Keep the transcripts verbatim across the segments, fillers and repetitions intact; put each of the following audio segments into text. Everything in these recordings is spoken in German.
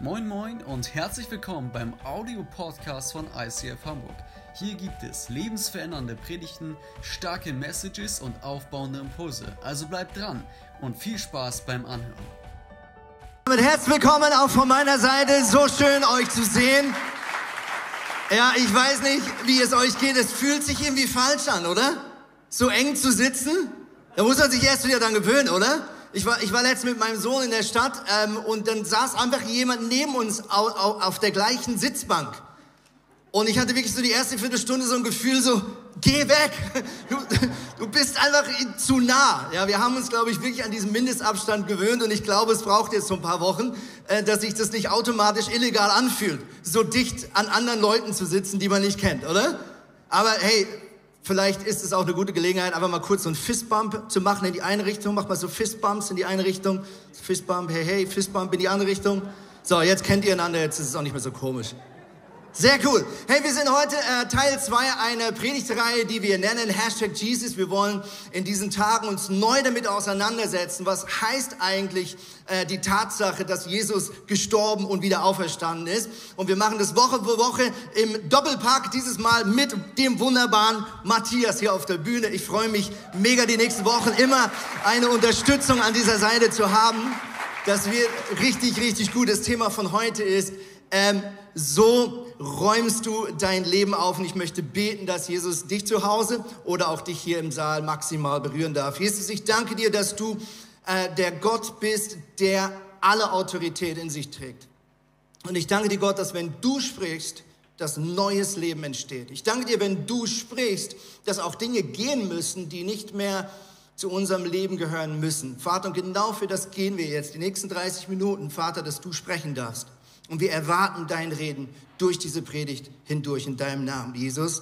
Moin Moin und herzlich willkommen beim Audio-Podcast von I C F Hamburg. Hier gibt es lebensverändernde Predigten, starke Messages und aufbauende Impulse. Also bleibt dran und viel Spaß beim Anhören. Damit herzlich willkommen auch von meiner Seite. So schön, euch zu sehen. Ja, ich weiß nicht, wie es euch geht. Es fühlt sich irgendwie falsch an, oder? So eng zu sitzen. Da muss man sich erst wieder dran gewöhnen, oder? Ich war, ich war letztens mit meinem Sohn in der Stadt ähm, und dann saß einfach jemand neben uns au, au, auf der gleichen Sitzbank. Und ich hatte wirklich so die erste Viertelstunde so ein Gefühl so, geh weg, du, du bist einfach zu nah. Ja, wir haben uns, glaube ich, wirklich an diesen Mindestabstand gewöhnt und ich glaube, es braucht jetzt so ein paar Wochen, äh, dass sich das nicht automatisch illegal anfühlt, so dicht an anderen Leuten zu sitzen, die man nicht kennt, oder? Aber hey, vielleicht ist es auch eine gute Gelegenheit, einfach mal kurz so einen Fistbump zu machen in die eine Richtung. Mach mal so Fistbumps in die eine Richtung. Fistbump, hey, hey, Fistbump in die andere Richtung. So, jetzt kennt ihr einander, jetzt ist es auch nicht mehr so komisch. Sehr cool. Hey, wir sind heute äh, Teil zwei einer Predigtreihe, die wir nennen Hashtag Jesus. Wir wollen in diesen Tagen uns neu damit auseinandersetzen. Was heißt eigentlich äh, die Tatsache, dass Jesus gestorben und wieder auferstanden ist? Und wir machen das Woche für Woche im Doppelpack, dieses Mal mit dem wunderbaren Matthias hier auf der Bühne. Ich freue mich mega, die nächsten Wochen immer eine Unterstützung an dieser Seite zu haben. Das wird richtig, richtig gut. Das Thema von heute ist, ähm, so räumst du dein Leben auf. Und ich möchte beten, dass Jesus dich zu Hause oder auch dich hier im Saal maximal berühren darf. Jesus, ich danke dir, dass du äh, der Gott bist, der alle Autorität in sich trägt. Und ich danke dir, Gott, dass wenn du sprichst, dass neues Leben entsteht. Ich danke dir, wenn du sprichst, dass auch Dinge gehen müssen, die nicht mehr zu unserem Leben gehören müssen. Vater, und genau für das gehen wir jetzt, die nächsten dreißig Minuten, Vater, dass du sprechen darfst. Und wir erwarten dein Reden durch diese Predigt hindurch in deinem Namen, Jesus.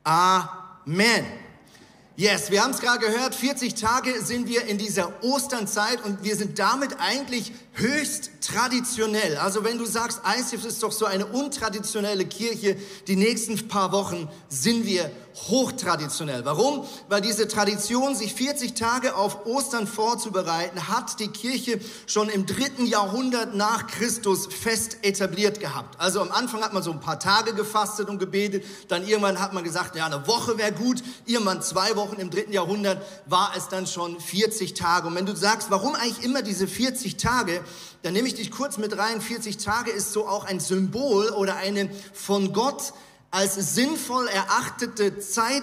Amen. Yes, wir haben es gerade gehört, vierzig Tage sind wir in dieser Osternzeit und wir sind damit eigentlich höchst traditionell. Also wenn du sagst, I C F ist doch so eine untraditionelle Kirche, die nächsten paar Wochen sind wir hochtraditionell. Warum? Weil diese Tradition, sich vierzig Tage auf Ostern vorzubereiten, hat die Kirche schon im dritten Jahrhundert nach Christus fest etabliert gehabt. Also am Anfang hat man so ein paar Tage gefastet und gebetet, dann irgendwann hat man gesagt, ja, eine Woche wäre gut, irgendwann zwei Wochen, im dritten Jahrhundert war es dann schon vierzig Tage. Und wenn du sagst, warum eigentlich immer diese vierzig Tage, dann nehme ich dich kurz mit rein. vierzig Tage ist so auch ein Symbol oder eine von Gott als sinnvoll erachtete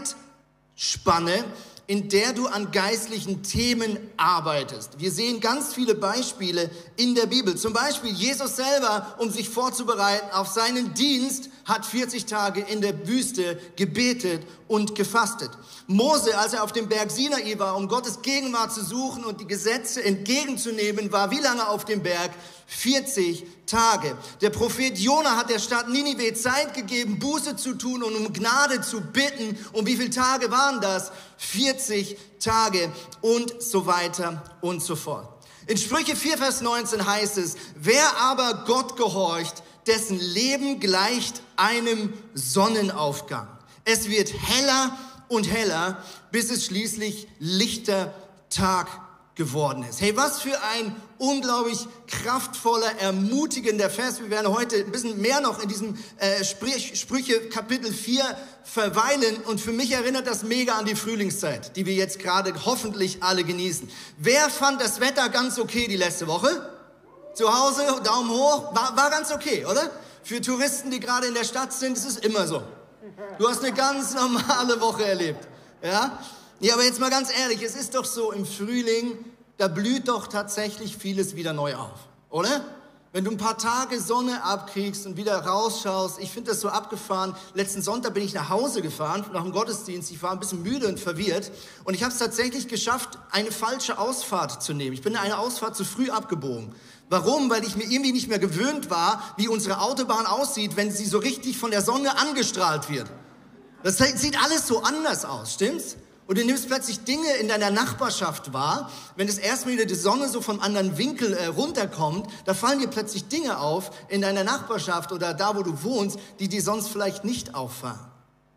Zeitspanne, in der du an geistlichen Themen arbeitest. Wir sehen ganz viele Beispiele in der Bibel. Zum Beispiel Jesus selber, um sich vorzubereiten auf seinen Dienst, hat vierzig Tage in der Wüste gebetet und gefastet. Mose, als er auf dem Berg Sinai war, um Gottes Gegenwart zu suchen und die Gesetze entgegenzunehmen, war wie lange auf dem Berg? vierzig Tage. Der Prophet Jona hat der Stadt Ninive Zeit gegeben, Buße zu tun und um Gnade zu bitten. Und wie viele Tage waren das? vierzig Tage und so weiter und so fort. In Sprüche vier, Vers neunzehn heißt es, wer aber Gott gehorcht, dessen Leben gleicht einem Sonnenaufgang. Es wird heller und heller, bis es schließlich lichter Tag geworden ist. Hey, was für ein unglaublich kraftvoller, ermutigender Vers. Wir werden heute ein bisschen mehr noch in diesem äh, Sprüche, Sprüche Kapitel vier verweilen und für mich erinnert das mega an die Frühlingszeit, die wir jetzt gerade hoffentlich alle genießen. Wer fand das Wetter ganz okay die letzte Woche? Zu Hause, Daumen hoch, war, war ganz okay, oder? Für Touristen, die gerade in der Stadt sind, ist es immer so. Du hast eine ganz normale Woche erlebt, ja? Ja, aber jetzt mal ganz ehrlich, es ist doch so, im Frühling, da blüht doch tatsächlich vieles wieder neu auf, oder? Wenn du ein paar Tage Sonne abkriegst und wieder rausschaust, ich finde das so abgefahren. Letzten Sonntag bin ich nach Hause gefahren, nach dem Gottesdienst. Ich war ein bisschen müde und verwirrt und ich habe es tatsächlich geschafft, eine falsche Ausfahrt zu nehmen. Ich bin eine Ausfahrt zu früh abgebogen. Warum? Weil ich mir irgendwie nicht mehr gewöhnt war, wie unsere Autobahn aussieht, wenn sie so richtig von der Sonne angestrahlt wird. Das sieht alles so anders aus, stimmt's? Und du nimmst plötzlich Dinge in deiner Nachbarschaft wahr. Wenn das erstmal wieder die Sonne so vom anderen Winkel äh, runterkommt, da fallen dir plötzlich Dinge auf in deiner Nachbarschaft oder da, wo du wohnst, die dir sonst vielleicht nicht auffallen.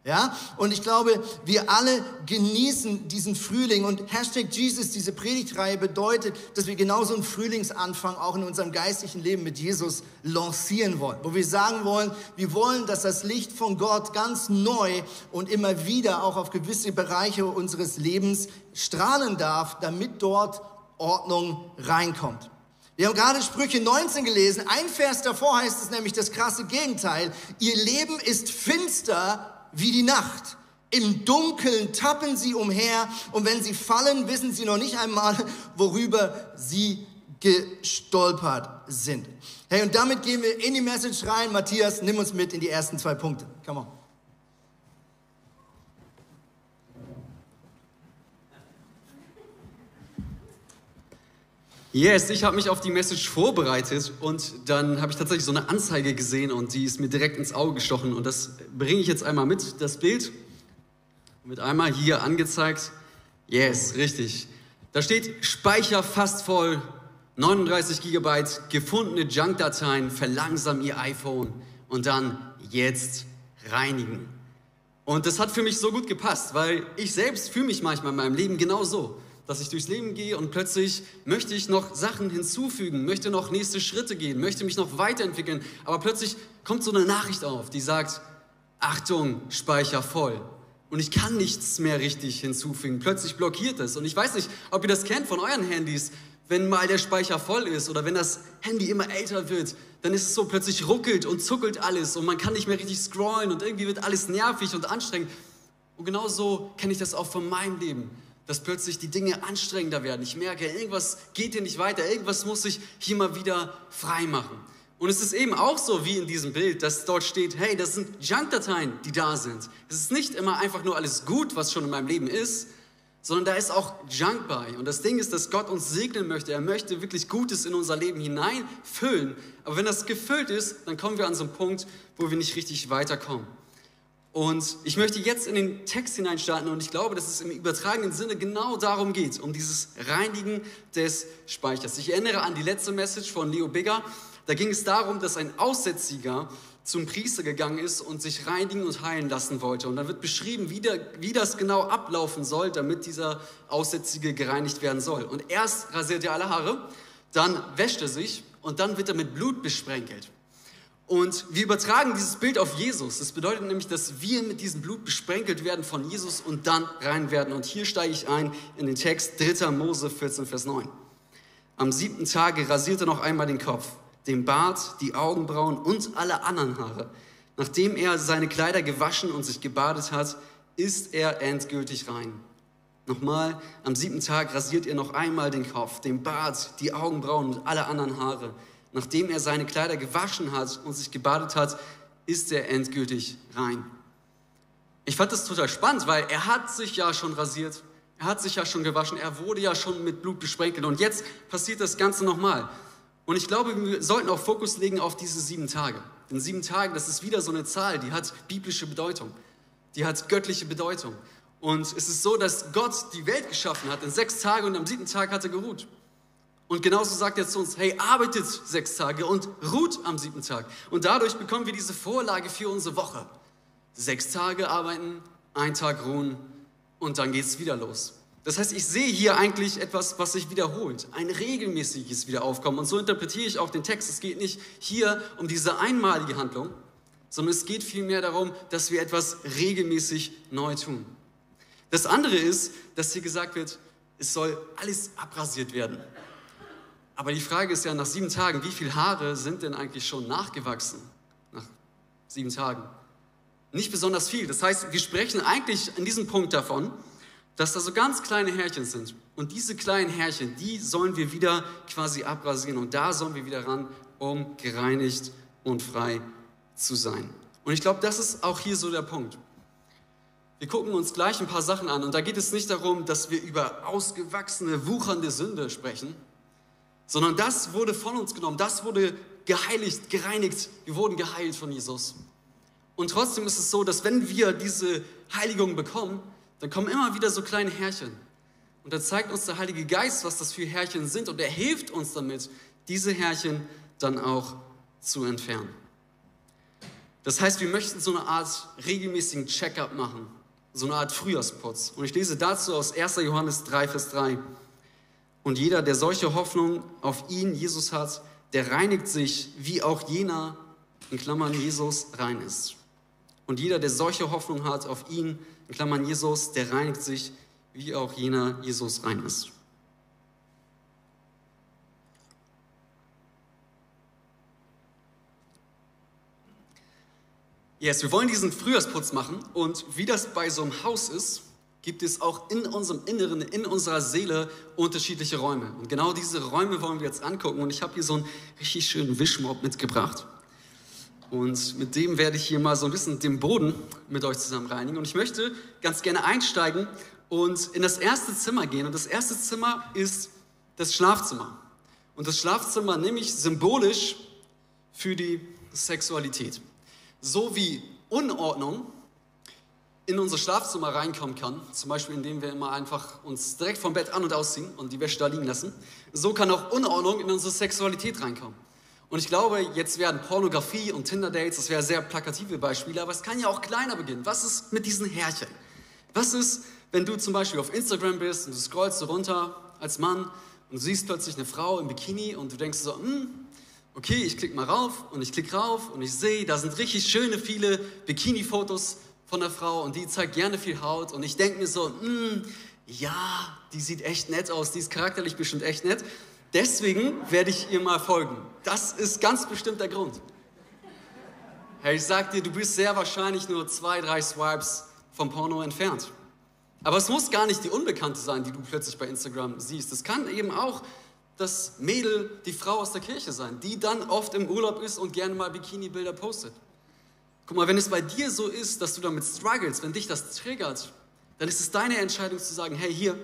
Ja, und ich glaube, wir alle genießen diesen Frühling und Hashtag Jesus, diese Predigtreihe bedeutet, dass wir genauso einen Frühlingsanfang auch in unserem geistlichen Leben mit Jesus lancieren wollen, wo wir sagen wollen, wir wollen, dass das Licht von Gott ganz neu und immer wieder auch auf gewisse Bereiche unseres Lebens strahlen darf, damit dort Ordnung reinkommt. Wir haben gerade Sprüche neunzehn gelesen, ein Vers davor heißt es nämlich das krasse Gegenteil, ihr Leben ist finster wie die Nacht. Im Dunkeln tappen sie umher und wenn sie fallen, wissen sie noch nicht einmal, worüber sie gestolpert sind. Hey, und damit gehen wir in die Message rein. Matthias, nimm uns mit in die ersten zwei Punkte. Come on. Yes, ich habe mich auf die Message vorbereitet und dann habe ich tatsächlich so eine Anzeige gesehen und die ist mir direkt ins Auge gestochen und das bringe ich jetzt einmal mit, das Bild, wird einmal hier angezeigt. Yes, richtig. Da steht Speicher fast voll, neununddreißig Gigabyte, gefundene Junk-Dateien, verlangsamen Ihr iPhone und dann jetzt reinigen. Und das hat für mich so gut gepasst, weil ich selbst fühle mich manchmal in meinem Leben genau so. Dass ich durchs Leben gehe und plötzlich möchte ich noch Sachen hinzufügen, möchte noch nächste Schritte gehen, möchte mich noch weiterentwickeln, aber plötzlich kommt so eine Nachricht auf, die sagt, Achtung, Speicher voll. Und ich kann nichts mehr richtig hinzufügen. Plötzlich blockiert es. Und ich weiß nicht, ob ihr das kennt von euren Handys, wenn mal der Speicher voll ist oder wenn das Handy immer älter wird, dann ist es so, plötzlich ruckelt und zuckelt alles und man kann nicht mehr richtig scrollen und irgendwie wird alles nervig und anstrengend. Und genau so kenne ich das auch von meinem Leben. Dass plötzlich die Dinge anstrengender werden. Ich merke, irgendwas geht hier nicht weiter, irgendwas muss ich hier mal wieder frei machen. Und es ist eben auch so wie in diesem Bild, dass dort steht, hey, das sind Junk-Dateien, die da sind. Es ist nicht immer einfach nur alles gut, was schon in meinem Leben ist, sondern da ist auch Junk bei. Und das Ding ist, dass Gott uns segnen möchte. Er möchte wirklich Gutes in unser Leben hineinfüllen. Aber wenn das gefüllt ist, dann kommen wir an so einen Punkt, wo wir nicht richtig weiterkommen. Und ich möchte jetzt in den Text hineinstarten und ich glaube, dass es im übertragenen Sinne genau darum geht, um dieses Reinigen des Speichers. Ich erinnere an die letzte Message von Leo Bigger. Da ging es darum, dass ein Aussätziger zum Priester gegangen ist und sich reinigen und heilen lassen wollte. Und dann wird beschrieben, wie, der, wie das genau ablaufen soll, damit dieser Aussätzige gereinigt werden soll. Und erst rasiert er alle Haare, dann wäscht er sich und dann wird er mit Blut besprenkelt. Und wir übertragen dieses Bild auf Jesus. Das bedeutet nämlich, dass wir mit diesem Blut besprenkelt werden von Jesus und dann rein werden. Und hier steige ich ein in den Text dritter Mose vierzehn, Vers neun. Am siebten Tage rasierte er noch einmal den Kopf, den Bart, die Augenbrauen und alle anderen Haare. Nachdem er seine Kleider gewaschen und sich gebadet hat, ist er endgültig rein. Nochmal, am siebten Tag rasiert er noch einmal den Kopf, den Bart, die Augenbrauen und alle anderen Haare. Nachdem er seine Kleider gewaschen hat und sich gebadet hat, ist er endgültig rein. Ich fand das total spannend, weil er hat sich ja schon rasiert, er hat sich ja schon gewaschen, er wurde ja schon mit Blut besprenkelt und jetzt passiert das Ganze nochmal. Und ich glaube, wir sollten auch Fokus legen auf diese sieben Tage. Denn sieben Tage, das ist wieder so eine Zahl, die hat biblische Bedeutung, die hat göttliche Bedeutung. Und es ist so, dass Gott die Welt geschaffen hat in sechs Tagen und am siebten Tag hat er geruht. Und genauso sagt er zu uns, hey, arbeitet sechs Tage und ruht am siebten Tag. Und dadurch bekommen wir diese Vorlage für unsere Woche. Sechs Tage arbeiten, ein Tag ruhen und dann geht es wieder los. Das heißt, ich sehe hier eigentlich etwas, was sich wiederholt, ein regelmäßiges Wiederaufkommen. Und so interpretiere ich auch den Text. Es geht nicht hier um diese einmalige Handlung, sondern es geht vielmehr darum, dass wir etwas regelmäßig neu tun. Das andere ist, dass hier gesagt wird, es soll alles abrasiert werden. Aber die Frage ist ja nach sieben Tagen, wie viele Haare sind denn eigentlich schon nachgewachsen? Nach sieben Tagen. Nicht besonders viel. Das heißt, wir sprechen eigentlich in diesem Punkt davon, dass da so ganz kleine Härchen sind. Und diese kleinen Härchen, die sollen wir wieder quasi abrasieren. Und da sollen wir wieder ran, um gereinigt und frei zu sein. Und ich glaube, das ist auch hier so der Punkt. Wir gucken uns gleich ein paar Sachen an. Und da geht es nicht darum, dass wir über ausgewachsene, wuchernde Sünde sprechen, sondern das wurde von uns genommen, das wurde geheiligt, gereinigt, wir wurden geheilt von Jesus. Und trotzdem ist es so, dass wenn wir diese Heiligung bekommen, dann kommen immer wieder so kleine Härchen. Und da zeigt uns der Heilige Geist, was das für Härchen sind und er hilft uns damit, diese Härchen dann auch zu entfernen. Das heißt, wir möchten so eine Art regelmäßigen Check-up machen, so eine Art Frühjahrsputz. Und ich lese dazu aus erster Johannes drei, Vers drei. Und jeder, der solche Hoffnung auf ihn, Jesus, hat, der reinigt sich, wie auch jener, in Klammern Jesus, rein ist. Und jeder, der solche Hoffnung hat auf ihn, in Klammern Jesus, der reinigt sich, wie auch jener Jesus rein ist. Yes, wir wollen diesen Frühjahrsputz machen und wie das bei so einem Haus ist, gibt es auch in unserem Inneren, in unserer Seele unterschiedliche Räume. Und genau diese Räume wollen wir jetzt angucken und ich habe hier so einen richtig schönen Wischmopp mitgebracht. Und mit dem werde ich hier mal so ein bisschen den Boden mit euch zusammen reinigen. Und ich möchte ganz gerne einsteigen und in das erste Zimmer gehen. Und das erste Zimmer ist das Schlafzimmer. Und das Schlafzimmer nehme ich symbolisch für die Sexualität. So wie Unordnung in unser Schlafzimmer reinkommen kann, zum Beispiel indem wir immer einfach uns direkt vom Bett an- und ausziehen und die Wäsche da liegen lassen, so kann auch Unordnung in unsere Sexualität reinkommen. Und ich glaube, jetzt werden Pornografie und Tinder-Dates, das wären sehr plakative Beispiele, aber es kann ja auch kleiner beginnen. Was ist mit diesen Härchen? Was ist, wenn du zum Beispiel auf Instagram bist und du scrollst so runter als Mann und du siehst plötzlich eine Frau im Bikini und du denkst so, hm, okay, ich klicke mal rauf und ich klicke rauf und ich sehe, da sind richtig schöne, viele Bikini-Fotos von der Frau und die zeigt gerne viel Haut und ich denke mir so, hm, ja, die sieht echt nett aus, die ist charakterlich bestimmt echt nett. Deswegen werde ich ihr mal folgen. Das ist ganz bestimmt der Grund. Hey, ich sag dir, du bist sehr wahrscheinlich nur zwei, drei Swipes vom Porno entfernt. Aber es muss gar nicht die Unbekannte sein, die du plötzlich bei Instagram siehst. Es kann eben auch das Mädel, die Frau aus der Kirche sein, die dann oft im Urlaub ist und gerne mal Bikini-Bilder postet. Guck mal, wenn es bei dir so ist, dass du damit struggles, wenn dich das triggert, dann ist es deine Entscheidung zu sagen, hey, hier,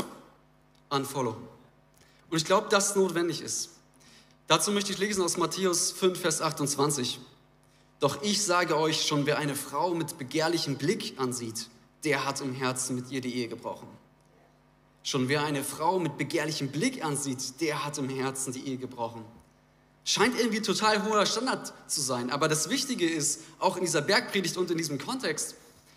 unfollow. Und ich glaube, dass es notwendig ist. Dazu möchte ich lesen aus Matthäus fünf, Vers achtundzwanzig. Doch ich sage euch schon, wer eine Frau mit begehrlichem Blick ansieht, der hat im Herzen mit ihr die Ehe gebrochen. Schon wer eine Frau mit begehrlichem Blick ansieht, der hat im Herzen die Ehe gebrochen. Scheint irgendwie total hoher Standard zu sein, aber das Wichtige ist, auch in dieser Bergpredigt und in diesem Kontext,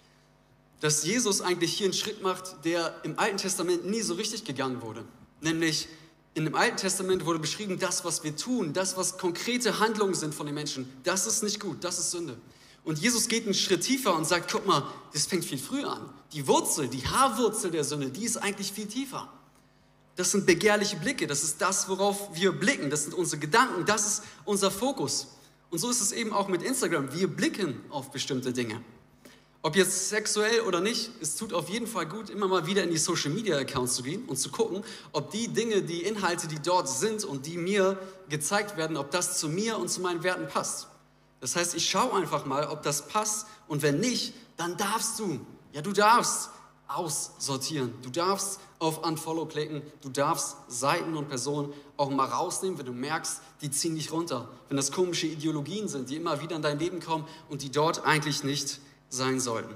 dass Jesus eigentlich hier einen Schritt macht, der im Alten Testament nie so richtig gegangen wurde. Nämlich in dem Alten Testament wurde beschrieben, das, was wir tun, das, was konkrete Handlungen sind von den Menschen, das ist nicht gut, das ist Sünde. Und Jesus geht einen Schritt tiefer und sagt, guck mal, das fängt viel früher an. Die Wurzel, die Haarwurzel der Sünde, die ist eigentlich viel tiefer. Das sind begehrliche Blicke, das ist das, worauf wir blicken, das sind unsere Gedanken, das ist unser Fokus. Und so ist es eben auch mit Instagram, wir blicken auf bestimmte Dinge. Ob jetzt sexuell oder nicht, es tut auf jeden Fall gut, immer mal wieder in die Social-Media-Accounts zu gehen und zu gucken, ob die Dinge, die Inhalte, die dort sind und die mir gezeigt werden, ob das zu mir und zu meinen Werten passt. Das heißt, ich schaue einfach mal, ob das passt und wenn nicht, dann darfst du, ja du darfst aussortieren. Du darfst auf Unfollow klicken, du darfst Seiten und Personen auch mal rausnehmen, wenn du merkst, die ziehen dich runter. Wenn das komische Ideologien sind, die immer wieder in dein Leben kommen und die dort eigentlich nicht sein sollten.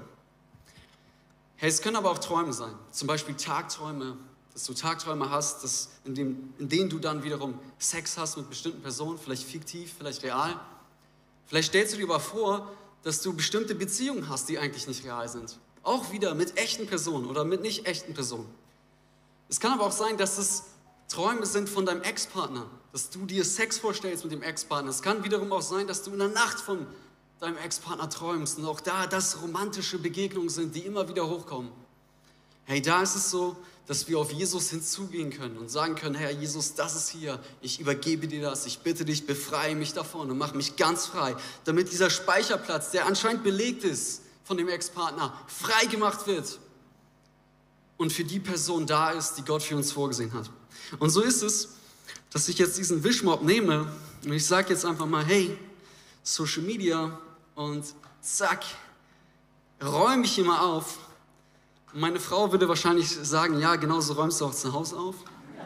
Hey, es können aber auch Träume sein, zum Beispiel Tagträume, dass du Tagträume hast, dass in, dem, in denen du dann wiederum Sex hast mit bestimmten Personen, vielleicht fiktiv, vielleicht real. Vielleicht stellst du dir aber vor, dass du bestimmte Beziehungen hast, die eigentlich nicht real sind. Auch wieder mit echten Personen oder mit nicht echten Personen. Es kann aber auch sein, dass es Träume sind von deinem Ex-Partner, dass du dir Sex vorstellst mit dem Ex-Partner. Es kann wiederum auch sein, dass du in der Nacht von deinem Ex-Partner träumst und auch da das romantische Begegnungen sind, die immer wieder hochkommen. Hey, da ist es so, dass wir auf Jesus hinzugehen können und sagen können, Herr Jesus, das ist hier, ich übergebe dir das, ich bitte dich, befreie mich davon und mach mich ganz frei, damit dieser Speicherplatz, der anscheinend belegt ist von dem Ex-Partner, frei gemacht wird und für die Person da ist, die Gott für uns vorgesehen hat. Und so ist es, dass ich jetzt diesen Wischmopp nehme und ich sage jetzt einfach mal, hey, Social Media und zack, räume ich hier mal auf. Und meine Frau würde wahrscheinlich sagen, ja, genauso räumst du auch zu Hause auf.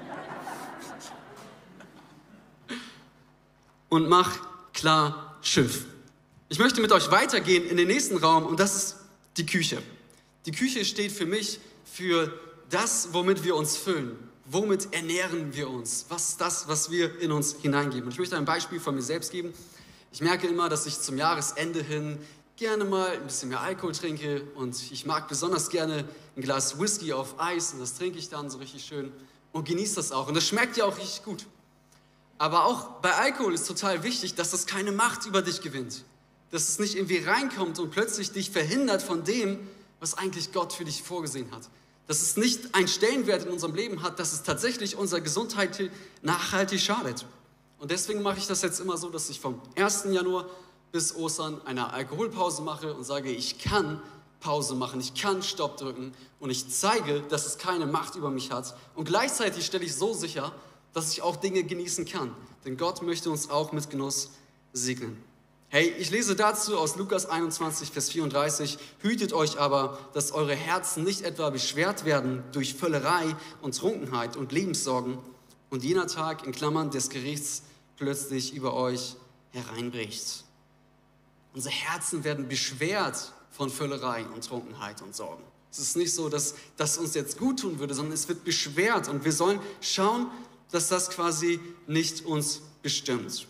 Und mach klar Schiff. Ich möchte mit euch weitergehen in den nächsten Raum und das ist die Küche. Die Küche steht für mich für das, womit wir uns füllen. Womit ernähren wir uns? Was ist das, was wir in uns hineingeben? Und ich möchte ein Beispiel von mir selbst geben. Ich merke immer, dass ich zum Jahresende hin gerne mal ein bisschen mehr Alkohol trinke und ich mag besonders gerne ein Glas Whisky auf Eis und das trinke ich dann so richtig schön und genieße das auch. Und das schmeckt ja auch richtig gut. Aber auch bei Alkohol ist total wichtig, dass das keine Macht über dich gewinnt. Dass es nicht irgendwie reinkommt und plötzlich dich verhindert von dem, was eigentlich Gott für dich vorgesehen hat. Dass es nicht einen Stellenwert in unserem Leben hat, dass es tatsächlich unserer Gesundheit nachhaltig schadet. Und deswegen mache ich das jetzt immer so, dass ich vom ersten Januar bis Ostern eine Alkoholpause mache und sage, ich kann Pause machen, ich kann Stopp drücken und ich zeige, dass es keine Macht über mich hat. Und gleichzeitig stelle ich so sicher, dass ich auch Dinge genießen kann. Denn Gott möchte uns auch mit Genuss segnen. Hey, ich lese dazu aus Lukas einundzwanzig, Vers vierunddreißig. Hütet euch aber, dass eure Herzen nicht etwa beschwert werden durch Völlerei und Trunkenheit und Lebenssorgen und jener Tag, in Klammern, des Gerichts plötzlich über euch hereinbricht. Unsere Herzen werden beschwert von Völlerei und Trunkenheit und Sorgen. Es ist nicht so, dass das uns jetzt gut tun würde, sondern es wird beschwert und wir sollen schauen, dass das quasi nicht uns bestimmt.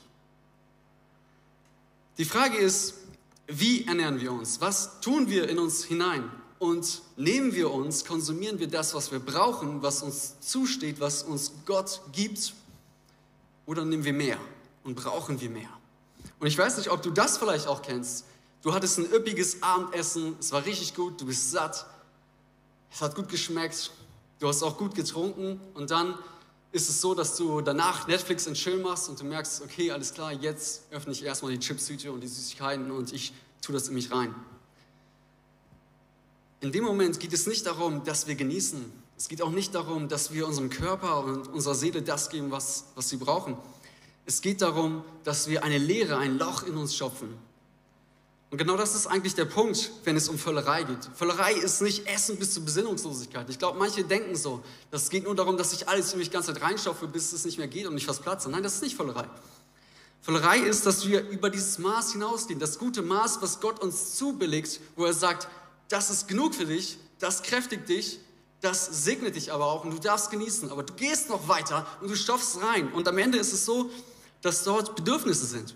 Die Frage ist, wie ernähren wir uns? Was tun wir in uns hinein? Und nehmen wir uns, konsumieren wir das, was wir brauchen, was uns zusteht, was uns Gott gibt? Oder nehmen wir mehr und brauchen wir mehr? Und ich weiß nicht, ob du das vielleicht auch kennst. Du hattest ein üppiges Abendessen, es war richtig gut, du bist satt, es hat gut geschmeckt, du hast auch gut getrunken und dann ist es so, dass du danach Netflix and Chill machst und du merkst, okay, alles klar, jetzt öffne ich erstmal die Chipstüte und die Süßigkeiten und ich tue das in mich rein. In dem Moment geht es nicht darum, dass wir genießen. Es geht auch nicht darum, dass wir unserem Körper und unserer Seele das geben, was, was sie brauchen. Es geht darum, dass wir eine Leere, ein Loch in uns schöpfen. Und genau das ist eigentlich der Punkt, wenn es um Völlerei geht. Völlerei ist nicht Essen bis zur Besinnungslosigkeit. Ich glaube, manche denken so, das geht nur darum, dass ich alles in mich die ganze Zeit reinstopfe, bis es nicht mehr geht und ich fast platze. Nein, das ist nicht Völlerei. Völlerei ist, dass wir über dieses Maß hinausgehen. Das gute Maß, was Gott uns zubilligt, wo er sagt, das ist genug für dich, das kräftigt dich, das segnet dich aber auch und du darfst genießen. Aber du gehst noch weiter und du stopfst rein. Und am Ende ist es so, dass dort Bedürfnisse sind.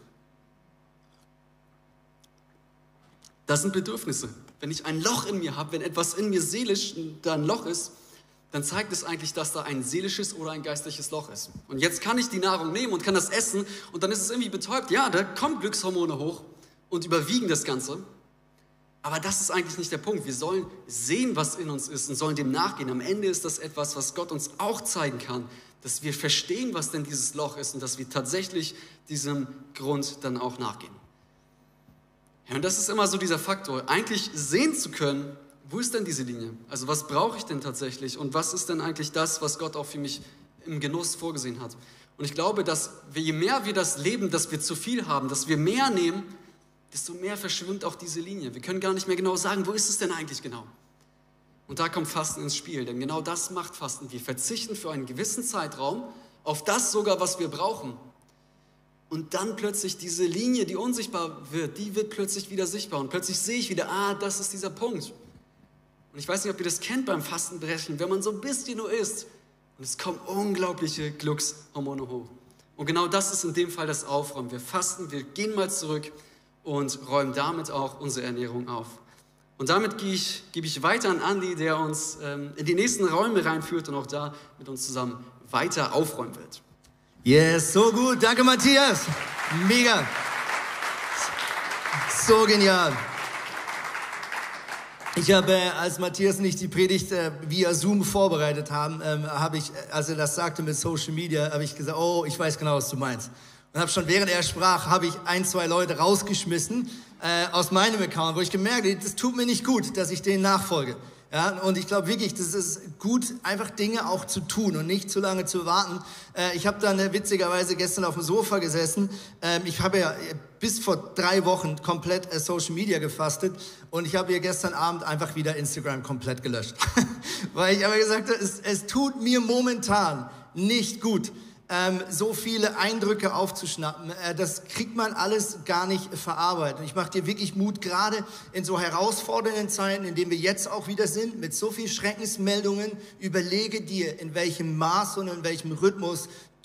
Das sind Bedürfnisse. Wenn ich ein Loch in mir habe, wenn etwas in mir seelisch da ein Loch ist, dann zeigt es eigentlich, dass da ein seelisches oder ein geistliches Loch ist. Und jetzt kann ich die Nahrung nehmen und kann das essen und dann ist es irgendwie betäubt. Ja, da kommen Glückshormone hoch und überwiegen das Ganze. Aber das ist eigentlich nicht der Punkt. Wir sollen sehen, was in uns ist und sollen dem nachgehen. Am Ende ist das etwas, was Gott uns auch zeigen kann, dass wir verstehen, was denn dieses Loch ist und dass wir tatsächlich diesem Grund dann auch nachgehen. Ja, und das ist immer so dieser Faktor, eigentlich sehen zu können, wo ist denn diese Linie? Also was brauche ich denn tatsächlich und was ist denn eigentlich das, was Gott auch für mich im Genuss vorgesehen hat? Und ich glaube, dass wir, je mehr wir das leben, dass wir zu viel haben, dass wir mehr nehmen, desto mehr verschwimmt auch diese Linie. Wir können gar nicht mehr genau sagen, wo ist es denn eigentlich genau? Und da kommt Fasten ins Spiel, denn genau das macht Fasten. Wir verzichten für einen gewissen Zeitraum auf das sogar, was wir brauchen. Und dann plötzlich diese Linie, die unsichtbar wird, die wird plötzlich wieder sichtbar. Und plötzlich sehe ich wieder, ah, das ist dieser Punkt. Und ich weiß nicht, ob ihr das kennt beim Fastenbrechen, wenn man so ein bisschen nur isst und es kommen unglaubliche Glückshormone hoch. Und genau das ist in dem Fall das Aufräumen. Wir fasten, wir gehen mal zurück und räumen damit auch unsere Ernährung auf. Und damit gebe ich, gebe ich weiter an Andi, der uns ähm, in die nächsten Räume reinführt und auch da mit uns zusammen weiter aufräumen wird. Yes, so gut. Danke, Matthias. Mega. So genial. Ich habe, äh, als Matthias und ich die Predigt äh, via Zoom vorbereitet haben, ähm, habe ich, als er das sagte mit Social Media, habe ich gesagt, oh, ich weiß genau, was du meinst. Und habe schon während er sprach, habe ich ein, zwei Leute rausgeschmissen äh, aus meinem Account, wo ich gemerkt habe, das tut mir nicht gut, dass ich denen nachfolge. Ja, und ich glaube wirklich, das ist gut, einfach Dinge auch zu tun und nicht zu lange zu warten. Äh, ich habe dann äh, witzigerweise gestern auf dem Sofa gesessen. Ähm, ich habe ja bis vor drei Wochen komplett äh, Social Media gefastet und ich habe hier gestern Abend einfach wieder Instagram komplett gelöscht. Weil ich aber gesagt habe, es, es tut mir momentan nicht gut, Ähm, so viele Eindrücke aufzuschnappen, äh, das kriegt man alles gar nicht verarbeitet. Ich mache dir wirklich Mut, gerade in so herausfordernden Zeiten, in denen wir jetzt auch wieder sind, mit so vielen Schreckensmeldungen, überlege dir, in welchem Maß und in welchem Rhythmus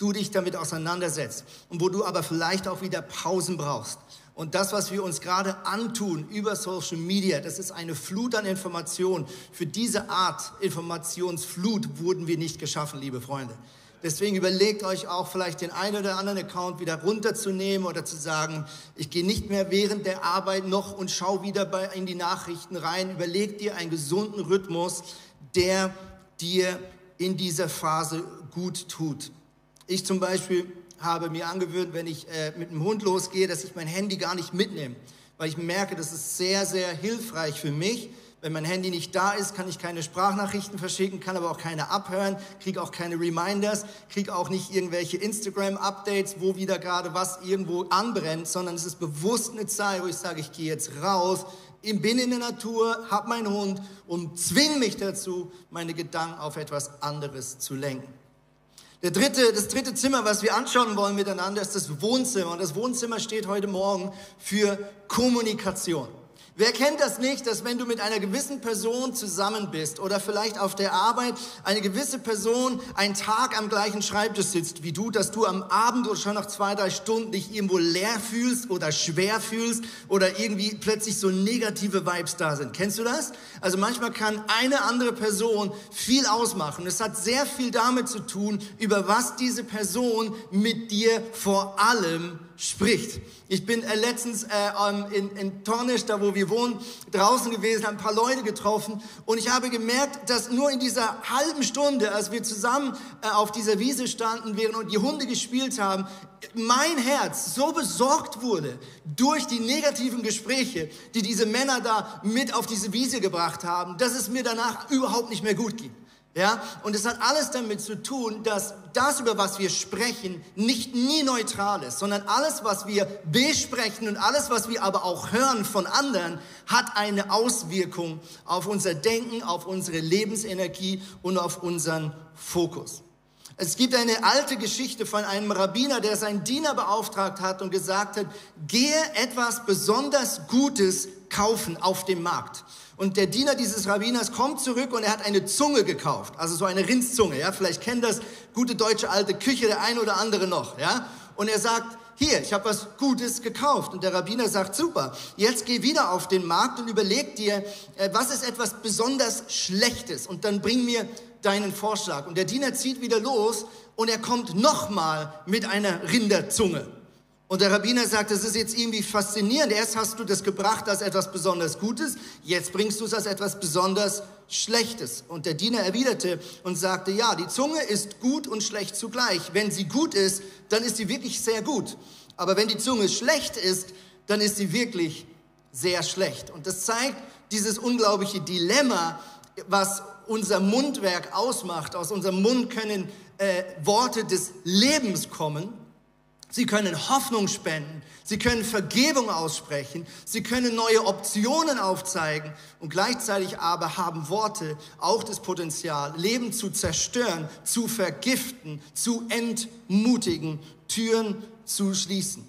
du dich damit auseinandersetzt und wo du aber vielleicht auch wieder Pausen brauchst. Und das, was wir uns gerade antun über Social Media, das ist eine Flut an Informationen. Für diese Art Informationsflut wurden wir nicht geschaffen, liebe Freunde. Deswegen überlegt euch auch vielleicht den einen oder anderen Account wieder runterzunehmen oder zu sagen, ich gehe nicht mehr während der Arbeit noch und schaue wieder bei, in die Nachrichten rein. Überleg dir einen gesunden Rhythmus, der dir in dieser Phase gut tut. Ich zum Beispiel habe mir angewöhnt, wenn ich äh, mit dem Hund losgehe, dass ich mein Handy gar nicht mitnehme, weil ich merke, das ist sehr, sehr hilfreich für mich. Wenn mein Handy nicht da ist, kann ich keine Sprachnachrichten verschicken, kann aber auch keine abhören, kriege auch keine Reminders, kriege auch nicht irgendwelche Instagram-Updates, wo wieder gerade was irgendwo anbrennt, sondern es ist bewusst eine Zeit, wo ich sage, ich gehe jetzt raus, bin in der Natur, habe meinen Hund und zwinge mich dazu, meine Gedanken auf etwas anderes zu lenken. Der dritte, das dritte Zimmer, was wir anschauen wollen miteinander, ist das Wohnzimmer. Und das Wohnzimmer steht heute Morgen für Kommunikation. Wer kennt das nicht, dass wenn du mit einer gewissen Person zusammen bist oder vielleicht auf der Arbeit eine gewisse Person einen Tag am gleichen Schreibtisch sitzt wie du, dass du am Abend oder schon nach zwei, drei Stunden dich irgendwo leer fühlst oder schwer fühlst oder irgendwie plötzlich so negative Vibes da sind. Kennst du das? Also manchmal kann eine andere Person viel ausmachen. Es hat sehr viel damit zu tun, über was diese Person mit dir vor allem spricht. Ich bin äh, letztens äh, in, in Tornisch, da wo wir wohnen, draußen gewesen, habe ein paar Leute getroffen und ich habe gemerkt, dass nur in dieser halben Stunde, als wir zusammen äh, auf dieser Wiese standen während und die Hunde gespielt haben, mein Herz so besorgt wurde durch die negativen Gespräche, die diese Männer da mit auf diese Wiese gebracht haben, dass es mir danach überhaupt nicht mehr gut ging. Ja, und es hat alles damit zu tun, dass das, über was wir sprechen, nicht nie neutral ist, sondern alles, was wir besprechen und alles, was wir aber auch hören von anderen, hat eine Auswirkung auf unser Denken, auf unsere Lebensenergie und auf unseren Fokus. Es gibt eine alte Geschichte von einem Rabbiner, der seinen Diener beauftragt hat und gesagt hat, gehe etwas besonders Gutes kaufen auf dem Markt. Und der Diener dieses Rabbiners kommt zurück und er hat eine Zunge gekauft, also so eine Rindszunge, ja, vielleicht kennt das gute deutsche alte Küche der ein oder andere noch, ja. Und er sagt, hier, ich habe was Gutes gekauft. Und der Rabbiner sagt, super, jetzt geh wieder auf den Markt und überleg dir, was ist etwas besonders Schlechtes und dann bring mir deinen Vorschlag. Und der Diener zieht wieder los und er kommt nochmal mit einer Rinderzunge. Und der Rabbiner sagt, das ist jetzt irgendwie faszinierend. Erst hast du das gebracht als etwas besonders Gutes, jetzt bringst du es als etwas besonders Schlechtes. Und der Diener erwiderte und sagte, ja, die Zunge ist gut und schlecht zugleich. Wenn sie gut ist, dann ist sie wirklich sehr gut. Aber wenn die Zunge schlecht ist, dann ist sie wirklich sehr schlecht. Und das zeigt dieses unglaubliche Dilemma, was unser Mundwerk ausmacht. Aus unserem Mund können äh, Worte des Lebens kommen. Sie können Hoffnung spenden, sie können Vergebung aussprechen, sie können neue Optionen aufzeigen und gleichzeitig aber haben Worte auch das Potenzial, Leben zu zerstören, zu vergiften, zu entmutigen, Türen zu schließen.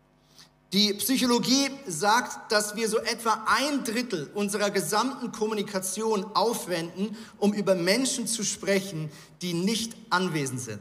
Die Psychologie sagt, dass wir so etwa ein Drittel unserer gesamten Kommunikation aufwenden, um über Menschen zu sprechen, die nicht anwesend sind.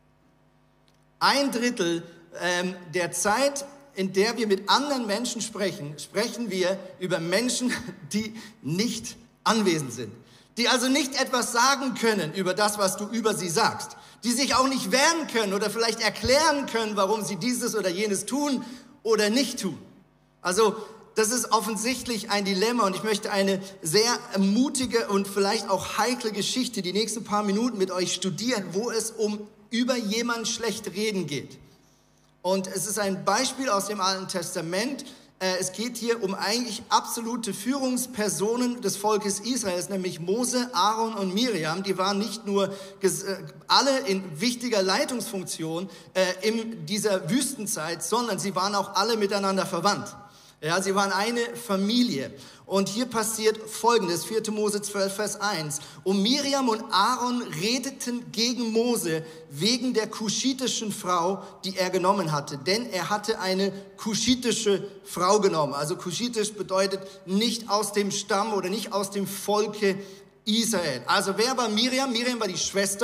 Ein Drittel ähm, der Zeit, in der wir mit anderen Menschen sprechen, sprechen wir über Menschen, die nicht anwesend sind. Die also nicht etwas sagen können über das, was du über sie sagst. Die sich auch nicht wehren können oder vielleicht erklären können, warum sie dieses oder jenes tun oder nicht tun. Also das ist offensichtlich ein Dilemma und ich möchte eine sehr mutige und vielleicht auch heikle Geschichte die nächsten paar Minuten mit euch studieren, wo es um über jemanden schlecht reden geht. Und es ist ein Beispiel aus dem Alten Testament. Es geht hier um eigentlich absolute Führungspersonen des Volkes Israels, nämlich Mose, Aaron und Miriam. Die waren nicht nur alle in wichtiger Leitungsfunktion in dieser Wüstenzeit, sondern sie waren auch alle miteinander verwandt. Ja, sie waren eine Familie. Und hier passiert Folgendes, vierte Mose zwölf, Vers eins. Und Miriam und Aaron redeten gegen Mose wegen der kuschitischen Frau, die er genommen hatte. Denn er hatte eine kuschitische Frau genommen. Also kuschitisch bedeutet nicht aus dem Stamm oder nicht aus dem Volke Israel. Also wer war Miriam? Miriam war die Schwester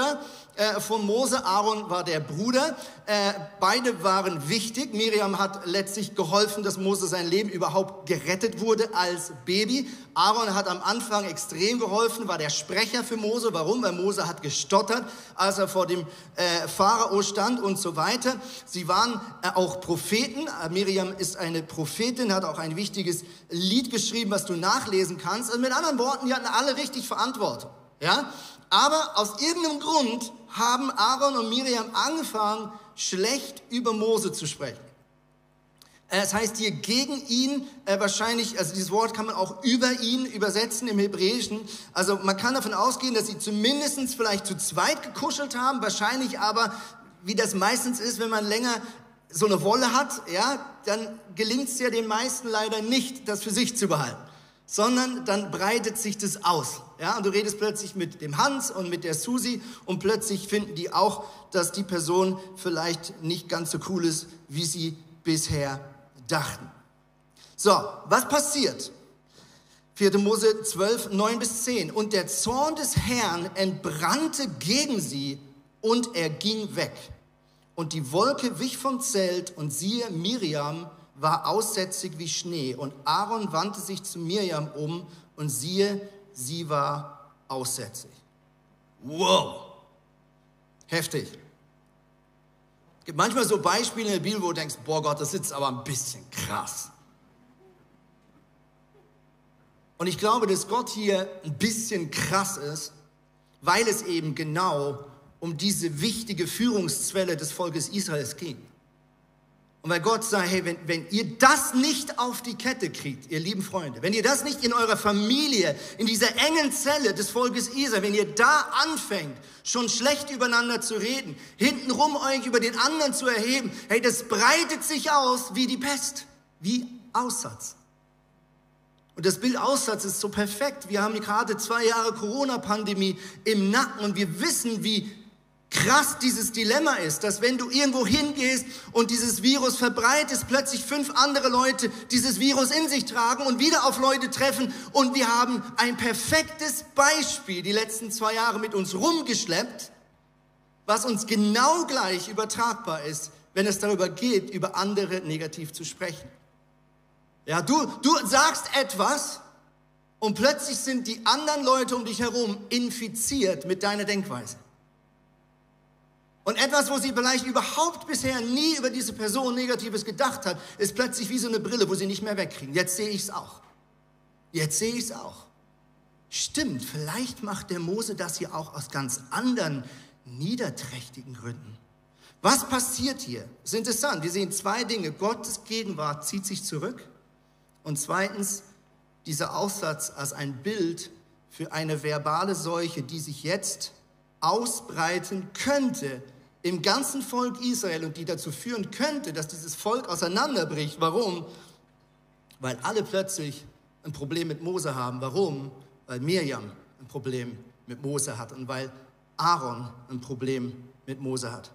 äh, von Mose. Aaron war der Bruder. Äh, beide waren wichtig. Miriam hat letztlich geholfen, dass Mose sein Leben überhaupt gerettet wurde als Baby. Aaron hat am Anfang extrem geholfen, war der Sprecher für Mose. Warum? Weil Mose hat gestottert, als er vor dem äh, Pharao stand und so weiter. Sie waren äh, auch Propheten. Äh, Miriam ist eine Prophetin, hat auch ein wichtiges Lied geschrieben, was du nachlesen kannst. Also mit anderen Worten, die hatten alle richtig Verantwortung. Ja? Aber aus irgendeinem Grund haben Aaron und Miriam angefangen, schlecht über Mose zu sprechen. Das heißt hier gegen ihn, äh, wahrscheinlich, also dieses Wort kann man auch über ihn übersetzen im Hebräischen. Also man kann davon ausgehen, dass sie zumindest vielleicht zu zweit gekuschelt haben, wahrscheinlich aber, wie das meistens ist, wenn man länger so eine Wolle hat, ja, dann gelingt es ja den meisten leider nicht, das für sich zu behalten, sondern dann breitet sich das aus. Ja, und du redest plötzlich mit dem Hans und mit der Susi und plötzlich finden die auch, dass die Person vielleicht nicht ganz so cool ist, wie sie bisher dachten. So, was passiert? vierte Mose zwölf, neun bis zehn. Und der Zorn des Herrn entbrannte gegen sie und er ging weg. Und die Wolke wich vom Zelt und siehe, Miriam war aussätzig wie Schnee. Und Aaron wandte sich zu Miriam um und siehe, sie war aussätzig. Wow! Heftig. Es gibt manchmal so Beispiele in der Bibel, wo du denkst, boah Gott, das ist aber ein bisschen krass. Und ich glaube, dass Gott hier ein bisschen krass ist, weil es eben genau um diese wichtige Führungszwelle des Volkes Israels ging. Und weil Gott sagt, hey, wenn, wenn ihr das nicht auf die Kette kriegt, ihr lieben Freunde, wenn ihr das nicht in eurer Familie, in dieser engen Zelle des Volkes Israel, wenn ihr da anfängt, schon schlecht übereinander zu reden, hintenrum euch über den anderen zu erheben, hey, das breitet sich aus wie die Pest, wie Aussatz. Und das Bild Aussatz ist so perfekt. Wir haben gerade zwei Jahre Corona-Pandemie im Nacken und wir wissen, wie krass dieses Dilemma ist, dass wenn du irgendwo hingehst und dieses Virus verbreitest, plötzlich fünf andere Leute dieses Virus in sich tragen und wieder auf Leute treffen und wir haben ein perfektes Beispiel die letzten zwei Jahre mit uns rumgeschleppt, was uns genau gleich übertragbar ist, wenn es darüber geht, über andere negativ zu sprechen. Ja, du, du sagst etwas und plötzlich sind die anderen Leute um dich herum infiziert mit deiner Denkweise. Und etwas, wo sie vielleicht überhaupt bisher nie über diese Person Negatives gedacht hat, ist plötzlich wie so eine Brille, wo sie nicht mehr wegkriegen. Jetzt sehe ich es auch. Jetzt sehe ich es auch. Stimmt, vielleicht macht der Mose das hier auch aus ganz anderen, niederträchtigen Gründen. Was passiert hier? Das ist interessant. Wir sehen zwei Dinge. Gottes Gegenwart zieht sich zurück. Und zweitens, dieser Aussatz als ein Bild für eine verbale Seuche, die sich jetzt ausbreiten könnte im ganzen Volk Israel und die dazu führen könnte, dass dieses Volk auseinanderbricht. Warum? Weil alle plötzlich ein Problem mit Mose haben. Warum? Weil Miriam ein Problem mit Mose hat und weil Aaron ein Problem mit Mose hat.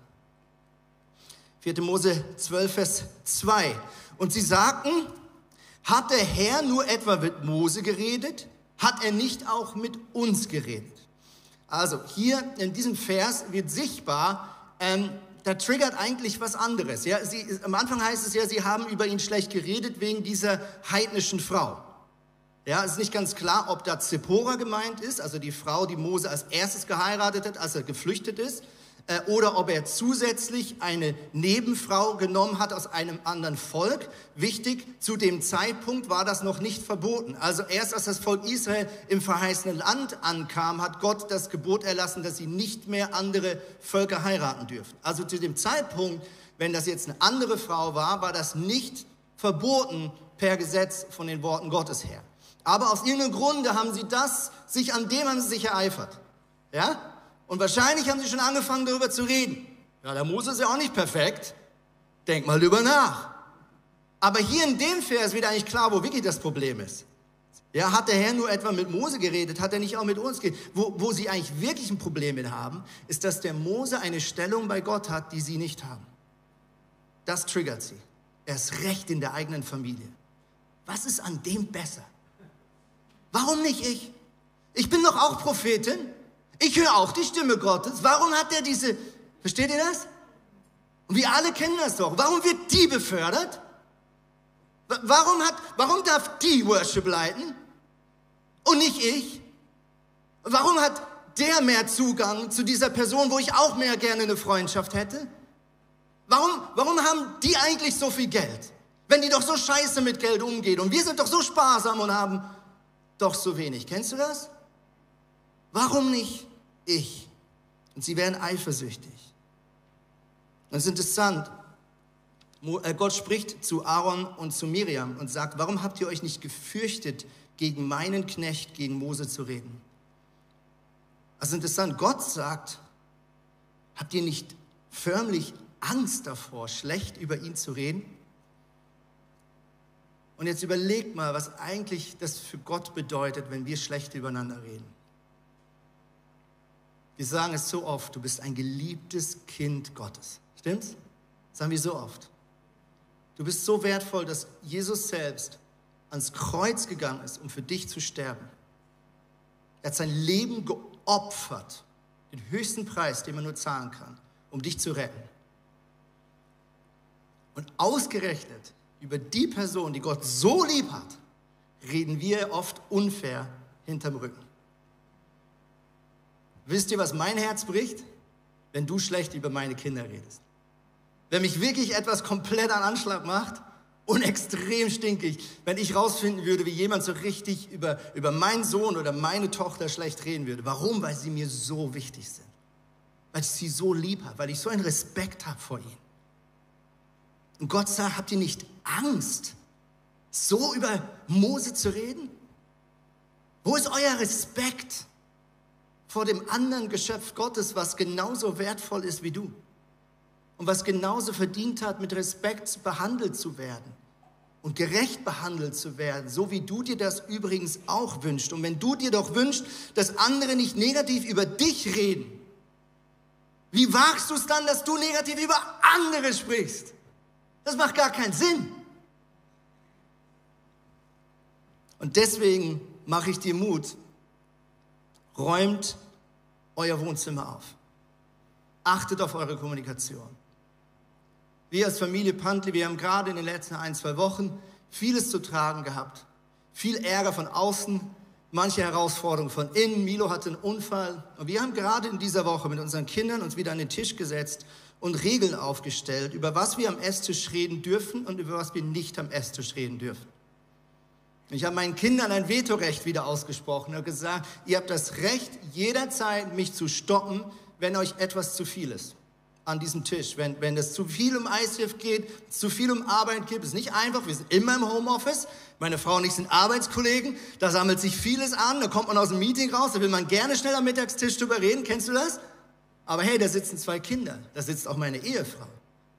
vierte Mose zwölf, Vers zwei. Und sie sagten, hat der Herr nur etwa mit Mose geredet? Hat er nicht auch mit uns geredet? Also hier in diesem Vers wird sichtbar, ähm, da triggert eigentlich was anderes. Ja? Sie, am Anfang heißt es ja, sie haben über ihn schlecht geredet wegen dieser heidnischen Frau. Ja, es ist nicht ganz klar, ob da Zippora gemeint ist, also die Frau, die Mose als erstes geheiratet hat, als er geflüchtet ist, äh, oder ob er zusätzlich eine Nebenfrau genommen hat aus einem anderen Volk. Wichtig, zu dem Zeitpunkt war das noch nicht verboten. Also erst als das Volk Israel im verheißenen Land ankam, hat Gott das Gebot erlassen, dass sie nicht mehr andere Völker heiraten dürfen. Also zu dem Zeitpunkt, wenn das jetzt eine andere Frau war, war das nicht verboten per Gesetz von den Worten Gottes her. Aber aus irgendeinem Grunde haben sie das, sich an dem haben sie sich ereifert. Ja? Und wahrscheinlich haben sie schon angefangen, darüber zu reden. Ja, der Mose ist ja auch nicht perfekt. Denk mal drüber nach. Aber hier in dem Vers wird eigentlich klar, wo wirklich das Problem ist. Ja, hat der Herr nur etwa mit Mose geredet? Hat er nicht auch mit uns geredet? Wo, wo sie eigentlich wirklich ein Problem mit haben, ist, dass der Mose eine Stellung bei Gott hat, die sie nicht haben. Das triggert sie. Erst recht in der eigenen Familie. Was ist an dem besser? Warum nicht ich? Ich bin doch auch Prophetin. Ich höre auch die Stimme Gottes. Warum hat er diese, versteht ihr das? Und wir alle kennen das doch. Warum wird die befördert? Warum, hat, warum darf die Worship leiten und nicht ich? Warum hat der mehr Zugang zu dieser Person, wo ich auch mehr gerne eine Freundschaft hätte? Warum, warum haben die eigentlich so viel Geld, wenn die doch so scheiße mit Geld umgehen und wir sind doch so sparsam und haben doch so wenig? Kennst du das? Warum nicht ich? Und sie werden eifersüchtig. Das ist interessant. Gott spricht zu Aaron und zu Miriam und sagt, warum habt ihr euch nicht gefürchtet, gegen meinen Knecht, gegen Mose zu reden? Das ist interessant. Gott sagt, habt ihr nicht förmlich Angst davor, schlecht über ihn zu reden? Und jetzt überlegt mal, was eigentlich das für Gott bedeutet, wenn wir schlecht übereinander reden. Wir sagen es so oft, du bist ein geliebtes Kind Gottes. Stimmt's? Das sagen wir so oft. Du bist so wertvoll, dass Jesus selbst ans Kreuz gegangen ist, um für dich zu sterben. Er hat sein Leben geopfert, den höchsten Preis, den man nur zahlen kann, um dich zu retten. Und ausgerechnet über die Person, die Gott so lieb hat, reden wir oft unfair hinterm Rücken. Wisst ihr, was mein Herz bricht? Wenn du schlecht über meine Kinder redest. Wenn mich wirklich etwas komplett an Anschlag macht und extrem stinkig, wenn ich rausfinden würde, wie jemand so richtig über, über meinen Sohn oder meine Tochter schlecht reden würde. Warum? Weil sie mir so wichtig sind. Weil ich sie so lieb habe, weil ich so einen Respekt habe vor ihnen. Und Gott sagt, habt ihr nicht Angst, so über Mose zu reden? Wo ist euer Respekt vor dem anderen Geschöpf Gottes, was genauso wertvoll ist wie du? Und was genauso verdient hat, mit Respekt behandelt zu werden und gerecht behandelt zu werden, so wie du dir das übrigens auch wünschst. Und wenn du dir doch wünschst, dass andere nicht negativ über dich reden, wie wagst du es dann, dass du negativ über andere sprichst? Das macht gar keinen Sinn. Und deswegen mache ich dir Mut, räumt euer Wohnzimmer auf. Achtet auf eure Kommunikation. Wir als Familie Pantli, wir haben gerade in den letzten ein, zwei Wochen vieles zu tragen gehabt. Viel Ärger von außen, manche Herausforderungen von innen. Milo hatte einen Unfall. Und wir haben gerade in dieser Woche mit unseren Kindern uns wieder an den Tisch gesetzt und Regeln aufgestellt, über was wir am Esstisch reden dürfen und über was wir nicht am Esstisch reden dürfen. Ich habe meinen Kindern ein Vetorecht wieder ausgesprochen und gesagt, ihr habt das Recht, jederzeit mich zu stoppen, wenn euch etwas zu viel ist an diesem Tisch. Wenn, wenn es zu viel um I C F geht, zu viel um Arbeit geht, ist nicht einfach, wir sind immer im Homeoffice, meine Frau und ich sind Arbeitskollegen, da sammelt sich vieles an, da kommt man aus dem Meeting raus, da will man gerne schnell am Mittagstisch drüber reden, kennst du das? Aber hey, da sitzen zwei Kinder, da sitzt auch meine Ehefrau.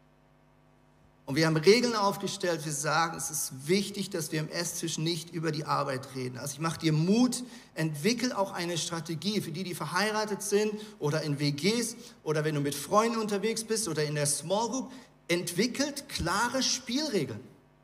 Und wir haben Regeln aufgestellt, wir sagen, es ist wichtig, dass wir am Esstisch nicht über die Arbeit reden. Also ich mache dir Mut, entwickel auch eine Strategie für die, die verheiratet sind oder in W Gs oder wenn du mit Freunden unterwegs bist oder in der Small Group, entwickelt klare Spielregeln.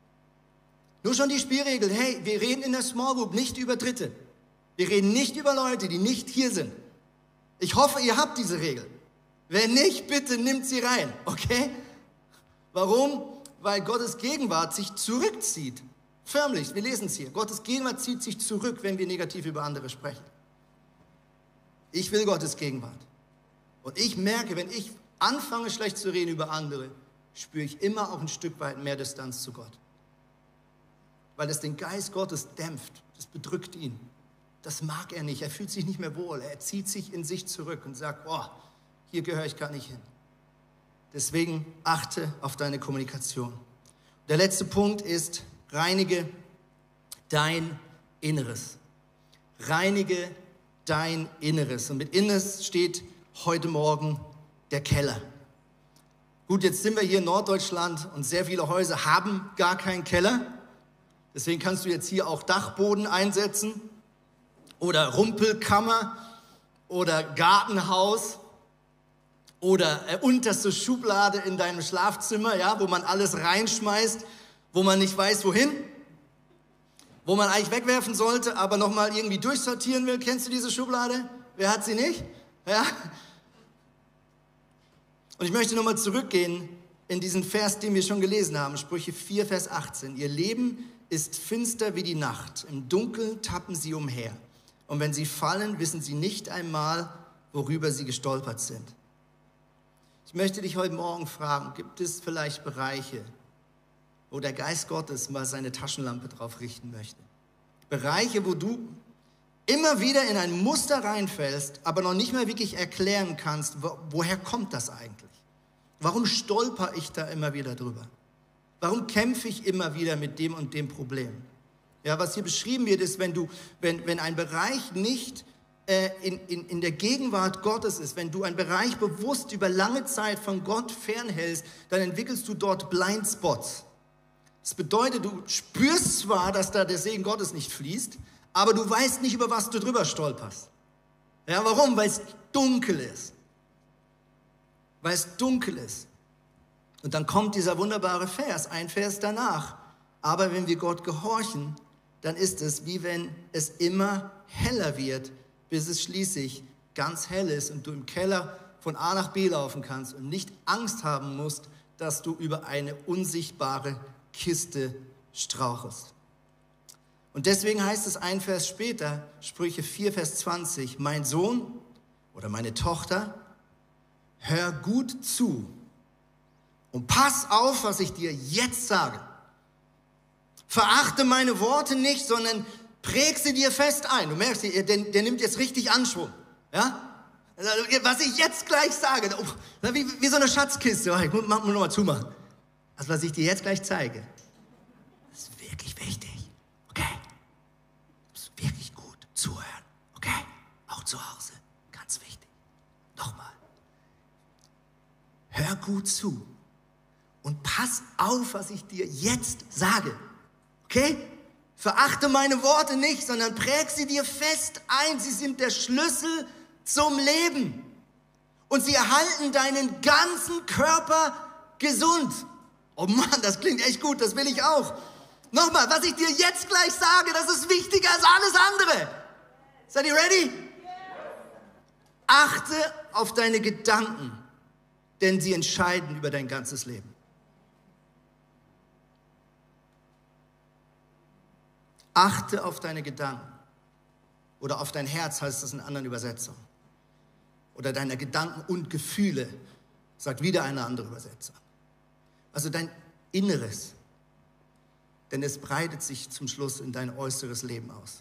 Nur schon die Spielregel, hey, wir reden in der Small Group nicht über Dritte. Wir reden nicht über Leute, die nicht hier sind. Ich hoffe, ihr habt diese Regel. Wenn nicht, bitte nimmt sie rein, okay? Warum? Weil Gottes Gegenwart sich zurückzieht. Förmlich, wir lesen es hier. Gottes Gegenwart zieht sich zurück, wenn wir negativ über andere sprechen. Ich will Gottes Gegenwart. Und ich merke, wenn ich anfange, schlecht zu reden über andere, spüre ich immer auch ein Stück weit mehr Distanz zu Gott. Weil das den Geist Gottes dämpft. Das bedrückt ihn. Das mag er nicht. Er fühlt sich nicht mehr wohl. Er zieht sich in sich zurück und sagt, oh, hier gehöre ich gar nicht hin. Deswegen achte auf deine Kommunikation. Der letzte Punkt ist, reinige dein Inneres. Reinige dein Inneres. Und mit Inneres steht heute Morgen der Keller. Gut, jetzt sind wir hier in Norddeutschland und sehr viele Häuser haben gar keinen Keller. Deswegen kannst du jetzt hier auch Dachboden einsetzen oder Rumpelkammer oder Gartenhaus. Oder äh, unterste Schublade in deinem Schlafzimmer, ja, wo man alles reinschmeißt, wo man nicht weiß, wohin. Wo man eigentlich wegwerfen sollte, aber nochmal irgendwie durchsortieren will. Kennst du diese Schublade? Wer hat sie nicht? Ja? Und ich möchte nochmal zurückgehen in diesen Vers, den wir schon gelesen haben, Sprüche vier, Vers achtzehn. Ihr Leben ist finster wie die Nacht, im Dunkeln tappen sie umher. Und wenn sie fallen, wissen sie nicht einmal, worüber sie gestolpert sind. Ich möchte dich heute Morgen fragen, gibt es vielleicht Bereiche, wo der Geist Gottes mal seine Taschenlampe drauf richten möchte? Bereiche, wo du immer wieder in ein Muster reinfällst, aber noch nicht mehr wirklich erklären kannst, wo, woher kommt das eigentlich? Warum stolper ich da immer wieder drüber? Warum kämpfe ich immer wieder mit dem und dem Problem? Ja, was hier beschrieben wird, ist, wenn, du, wenn, wenn ein Bereich nicht äh, in, in, in der Gegenwart Gottes ist, wenn du einen Bereich bewusst über lange Zeit von Gott fernhältst, dann entwickelst du dort Blindspots. Das bedeutet, du spürst zwar, dass da der Segen Gottes nicht fließt, aber du weißt nicht, über was du drüber stolperst. Ja, warum? Weil es dunkel ist. Weil es dunkel ist. Und dann kommt dieser wunderbare Vers, ein Vers danach. Aber wenn wir Gott gehorchen, dann ist es, wie wenn es immer heller wird, bis es schließlich ganz hell ist und du im Keller von A nach B laufen kannst und nicht Angst haben musst, dass du über eine unsichtbare Kiste strauchelst. Und deswegen heißt es ein Vers später, Sprüche vier, Vers zwanzig, mein Sohn oder meine Tochter, hör gut zu und pass auf, was ich dir jetzt sage. Verachte meine Worte nicht, sondern präg sie dir fest ein. Du merkst, der, der nimmt jetzt richtig Anschwung. Ja? Was ich jetzt gleich sage, wie, wie so eine Schatzkiste. Ich muss noch mal zumachen. Also was ich dir jetzt gleich zeige, ist wirklich wichtig. Okay? Du musst wirklich gut zuhören. Okay? Auch zu Hause. Ganz wichtig. Nochmal. Hör gut zu und pass auf, was ich dir jetzt sage. Okay? Verachte meine Worte nicht, sondern präg sie dir fest ein. Sie sind der Schlüssel zum Leben. Und sie erhalten deinen ganzen Körper gesund. Oh Mann, das klingt echt gut, das will ich auch. Nochmal, was ich dir jetzt gleich sage, das ist wichtiger als alles andere. Seid ihr ready? Achte auf deine Gedanken, denn sie entscheiden über dein ganzes Leben. Achte auf deine Gedanken. Oder auf dein Herz heißt es in anderen Übersetzungen. Oder deine Gedanken und Gefühle, sagt wieder eine andere Übersetzung. Also dein Inneres. Denn es breitet sich zum Schluss in dein äußeres Leben aus.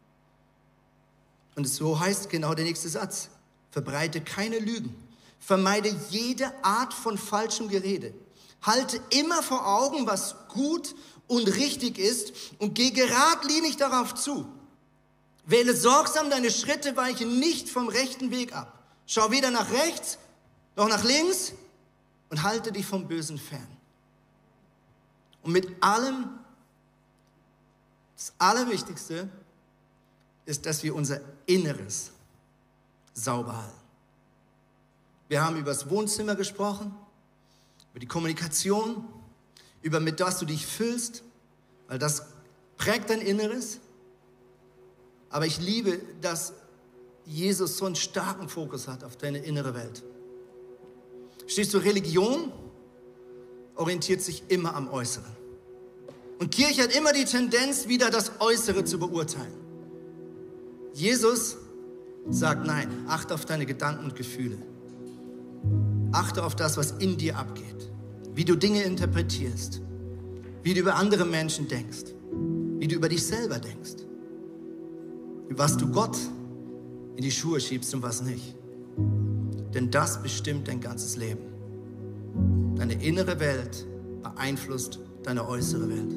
Und so heißt genau der nächste Satz. Verbreite keine Lügen. Vermeide jede Art von falschem Gerede. Halte immer vor Augen, was gut und richtig ist und geh geradlinig darauf zu. Wähle sorgsam deine Schritte, weiche nicht vom rechten Weg ab. Schau weder nach rechts noch nach links und halte dich vom Bösen fern. Und mit allem, das Allerwichtigste ist, dass wir unser Inneres sauber halten. Wir haben über das Wohnzimmer gesprochen, über die Kommunikation, über mit was du dich fühlst, weil das prägt dein Inneres. Aber ich liebe, dass Jesus so einen starken Fokus hat auf deine innere Welt. Stehst du, Religion orientiert sich immer am Äußeren. Und Kirche hat immer die Tendenz, wieder das Äußere zu beurteilen. Jesus sagt, nein, achte auf deine Gedanken und Gefühle. Achte auf das, was in dir abgeht. Wie du Dinge interpretierst. Wie du über andere Menschen denkst. Wie du über dich selber denkst. Was du Gott in die Schuhe schiebst und was nicht. Denn das bestimmt dein ganzes Leben. Deine innere Welt beeinflusst deine äußere Welt.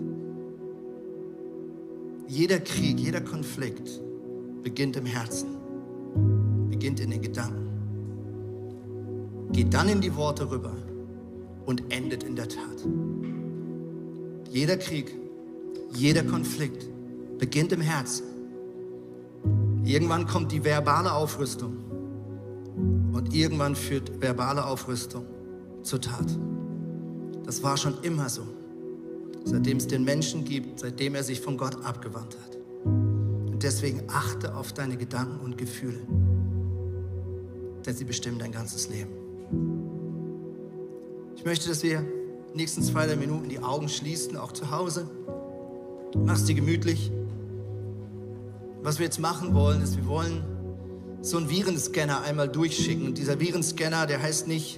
Jeder Krieg, jeder Konflikt beginnt im Herzen, beginnt in den Gedanken, geht dann in die Worte rüber und endet in der Tat. Jeder Krieg, jeder Konflikt beginnt im Herzen. Irgendwann kommt die verbale Aufrüstung und irgendwann führt verbale Aufrüstung zur Tat. Das war schon immer so, seitdem es den Menschen gibt, seitdem er sich von Gott abgewandt hat. Und deswegen achte auf deine Gedanken und Gefühle. denn sie bestimmen dein ganzes Leben. Ich möchte, dass wir die nächsten zwei, drei Minuten die Augen schließen, auch zu Hause. Mach's dir gemütlich. Was wir jetzt machen wollen, ist, wir wollen so einen Virenscanner einmal durchschicken. Und dieser Virenscanner, der heißt nicht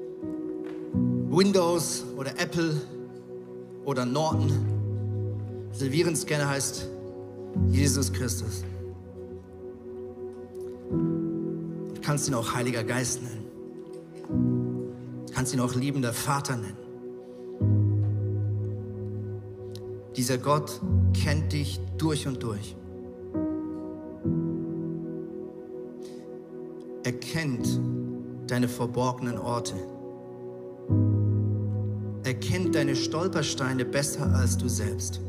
Windows oder Apple oder Norton. Dieser Virenscanner heißt Jesus Christus. Du kannst ihn auch Heiliger Geist nennen. Du kannst ihn auch liebender Vater nennen. Dieser Gott kennt dich durch und durch. Er kennt deine verborgenen Orte. Er kennt deine Stolpersteine besser als du selbst.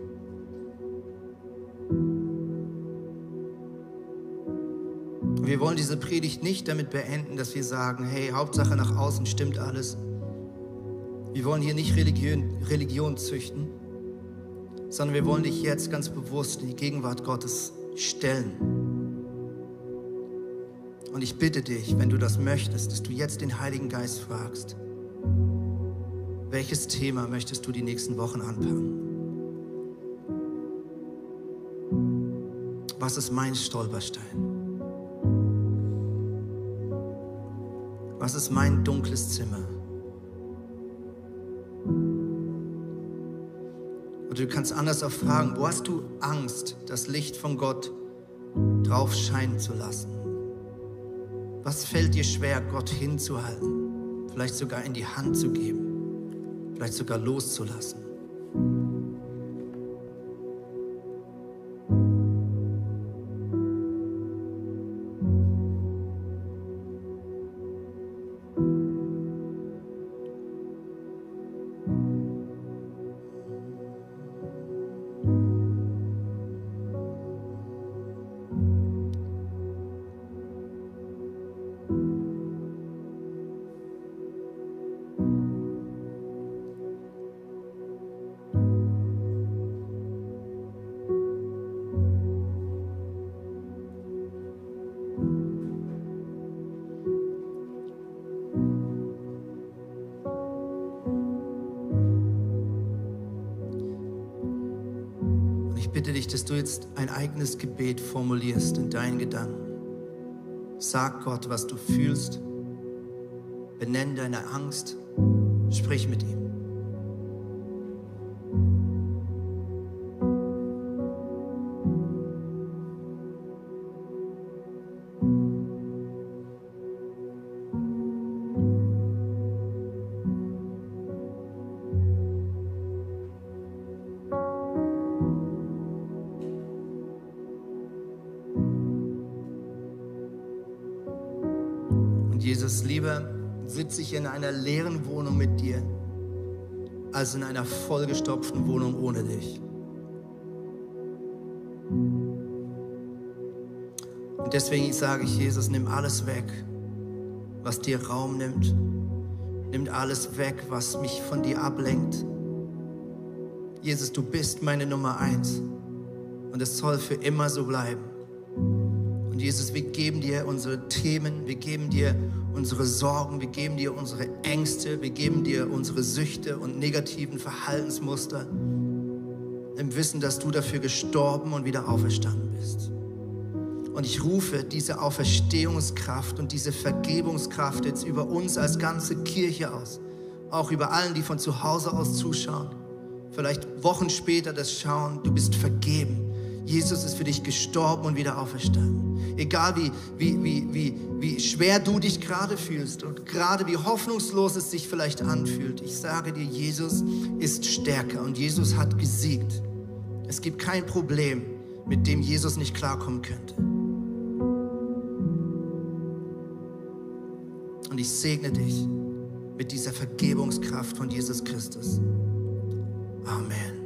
Wir wollen diese Predigt nicht damit beenden, dass wir sagen, hey, Hauptsache nach außen stimmt alles. Wir wollen hier nicht Religion, Religion züchten, sondern wir wollen dich jetzt ganz bewusst in die Gegenwart Gottes stellen. Und ich bitte dich, wenn du das möchtest, dass du jetzt den Heiligen Geist fragst, welches Thema möchtest du die nächsten Wochen anpacken? Was ist mein Stolperstein? Was ist mein dunkles Zimmer? Oder du kannst anders auch fragen, wo hast du Angst, das Licht von Gott drauf scheinen zu lassen? Was fällt dir schwer, Gott hinzuhalten? Vielleicht sogar in die Hand zu geben? Vielleicht sogar loszulassen? Ich bitte dich, dass du jetzt ein eigenes Gebet formulierst in deinen Gedanken. Sag Gott, was du fühlst. Benenn deine Angst. Sprich mit ihm. Jesus, lieber sitze ich in einer leeren Wohnung mit dir, als in einer vollgestopften Wohnung ohne dich. Und deswegen sage ich, Jesus, nimm alles weg, was dir Raum nimmt. Nimm alles weg, was mich von dir ablenkt. Jesus, du bist meine Nummer eins. Und es soll für immer so bleiben. Und Jesus, wir geben dir unsere Themen, wir geben dir unsere Sorgen, wir geben dir unsere Ängste, wir geben dir unsere Süchte und negativen Verhaltensmuster im Wissen, dass du dafür gestorben und wieder auferstanden bist. Und ich rufe diese Auferstehungskraft und diese Vergebungskraft jetzt über uns als ganze Kirche aus, auch über allen, die von zu Hause aus zuschauen, vielleicht Wochen später das schauen, du bist vergeben. Jesus ist für dich gestorben und wieder auferstanden. Egal wie, wie, wie, wie, wie schwer du dich gerade fühlst und gerade wie hoffnungslos es sich vielleicht anfühlt, ich sage dir, Jesus ist stärker und Jesus hat gesiegt. Es gibt kein Problem, mit dem Jesus nicht klarkommen könnte. Und ich segne dich mit dieser Vergebungskraft von Jesus Christus. Amen.